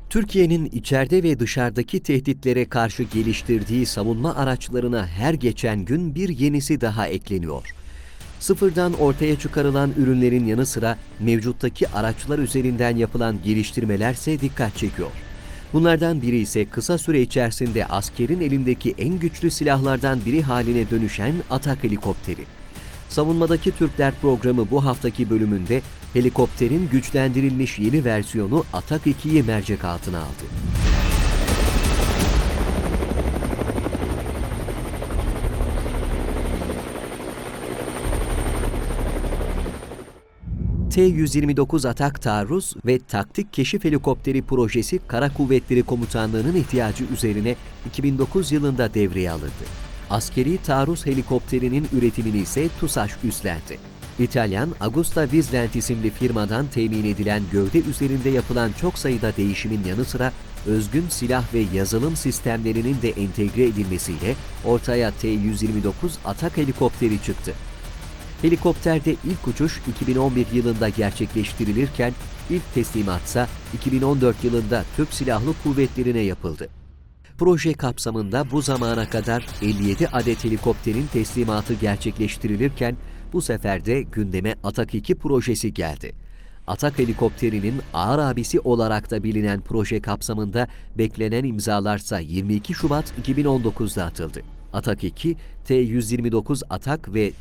Türkiye'nin içeride ve dışarıdaki tehditlere karşı geliştirdiği savunma araçlarına her geçen gün bir yenisi daha ekleniyor. Sıfırdan ortaya çıkarılan ürünlerin yanı sıra mevcuttaki araçlar üzerinden yapılan geliştirmelerse dikkat çekiyor. Bunlardan biri ise kısa süre içerisinde askerin elindeki en güçlü silahlardan biri haline dönüşen Atak helikopteri. Savunmadaki Türkler programı bu haftaki bölümünde helikopterin güçlendirilmiş yeni versiyonu Atak 2'yi mercek altına aldı. T-129 Atak Taarruz ve Taktik Keşif Helikopteri projesi Kara Kuvvetleri Komutanlığı'nın ihtiyacı üzerine 2009 yılında devreye alındı. Askeri taarruz helikopterinin üretimini ise TUSAŞ üstlendi. İtalyan Agusta Wistland isimli firmadan temin edilen gövde üzerinde yapılan çok sayıda değişimin yanı sıra özgün silah ve yazılım sistemlerinin de entegre edilmesiyle ortaya T-129 Atak helikopteri çıktı. Helikopterde ilk uçuş 2011 yılında gerçekleştirilirken ilk teslimatsa 2014 yılında Türk Silahlı Kuvvetleri'ne yapıldı. Proje kapsamında bu zamana kadar 57 adet helikopterin teslimatı gerçekleştirilirken bu sefer de gündeme Atak 2 projesi geldi. Atak helikopterinin ağır abisi olarak da bilinen proje kapsamında beklenen imzalarsa 22 Şubat 2019'da atıldı. Atak 2, T-129 Atak ve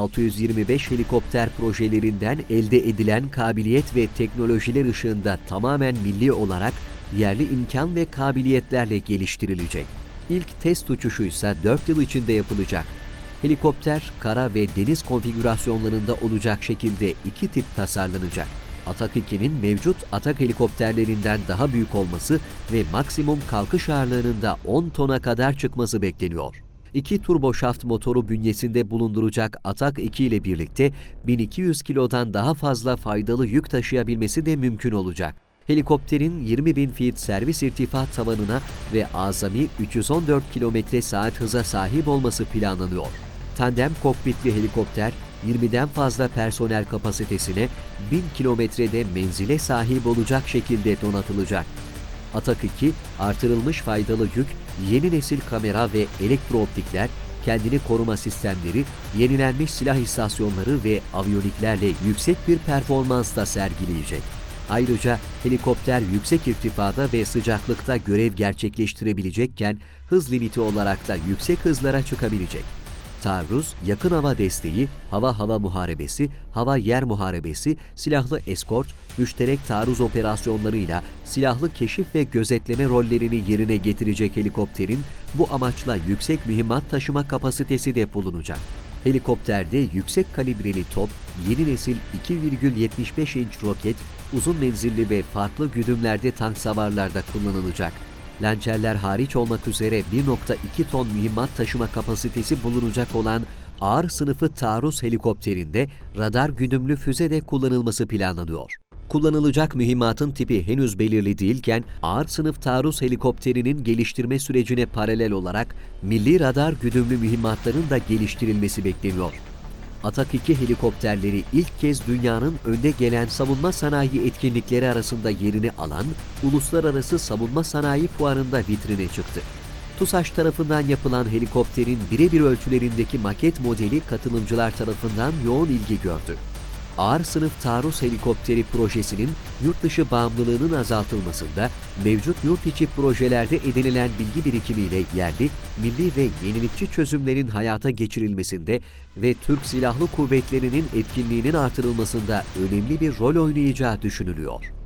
T-625 helikopter projelerinden elde edilen kabiliyet ve teknolojiler ışığında tamamen milli olarak yerli imkan ve kabiliyetlerle geliştirilecek. İlk test uçuşu ise 4 yıl içinde yapılacak. Helikopter, kara ve deniz konfigürasyonlarında olacak şekilde iki tip tasarlanacak. Atak 2'nin mevcut Atak helikopterlerinden daha büyük olması ve maksimum kalkış ağırlığının da 10 tona kadar çıkması bekleniyor. 2 turboşaft motoru bünyesinde bulunduracak Atak 2 ile birlikte 1200 kilodan daha fazla faydalı yük taşıyabilmesi de mümkün olacak. Helikopterin 20.000 feet servis irtifa tavanına ve azami 314 km/saat hıza sahip olması planlanıyor. Tandem kokpitli helikopter 20'den fazla personel kapasitesine 1000 kilometrede menzile sahip olacak şekilde donatılacak. Atak 2, artırılmış faydalı yük, yeni nesil kamera ve elektrooptikler, kendini koruma sistemleri, yenilenmiş silah istasyonları ve aviyoniklerle yüksek bir performans da sergileyecek. Ayrıca helikopter yüksek irtifada ve sıcaklıkta görev gerçekleştirebilecekken hız limiti olarak da yüksek hızlara çıkabilecek. Taarruz, yakın hava desteği, hava-hava muharebesi, hava-yer muharebesi, silahlı eskort, müşterek taarruz operasyonlarıyla silahlı keşif ve gözetleme rollerini yerine getirecek helikopterin bu amaçla yüksek mühimmat taşıma kapasitesi de bulunacak. Helikopterde yüksek kalibreli top, yeni nesil 2,75 inç roket, uzun menzilli ve farklı güdümlerde tank savarlarda kullanılacak. Lançerler hariç olmak üzere 1,2 ton mühimmat taşıma kapasitesi bulunacak olan ağır sınıfı taarruz helikopterinde radar güdümlü füze de kullanılması planlanıyor. Kullanılacak mühimmatın tipi henüz belirli değilken ağır sınıf taarruz helikopterinin geliştirme sürecine paralel olarak milli radar güdümlü mühimmatların da geliştirilmesi bekleniyor. Atak 2 helikopterleri ilk kez dünyanın önde gelen savunma sanayi etkinlikleri arasında yerini alan Uluslararası Savunma Sanayi Fuarı'nda vitrine çıktı. TUSAŞ tarafından yapılan helikopterin birebir ölçülerindeki maket modeli katılımcılar tarafından yoğun ilgi gördü. Ağır sınıf taarruz helikopteri projesinin yurt dışı bağımlılığının azaltılmasında, mevcut yurt içi projelerde edinilen bilgi birikimiyle yerli, milli ve yenilikçi çözümlerin hayata geçirilmesinde ve Türk Silahlı Kuvvetleri'nin etkinliğinin artırılmasında önemli bir rol oynayacağı düşünülüyor.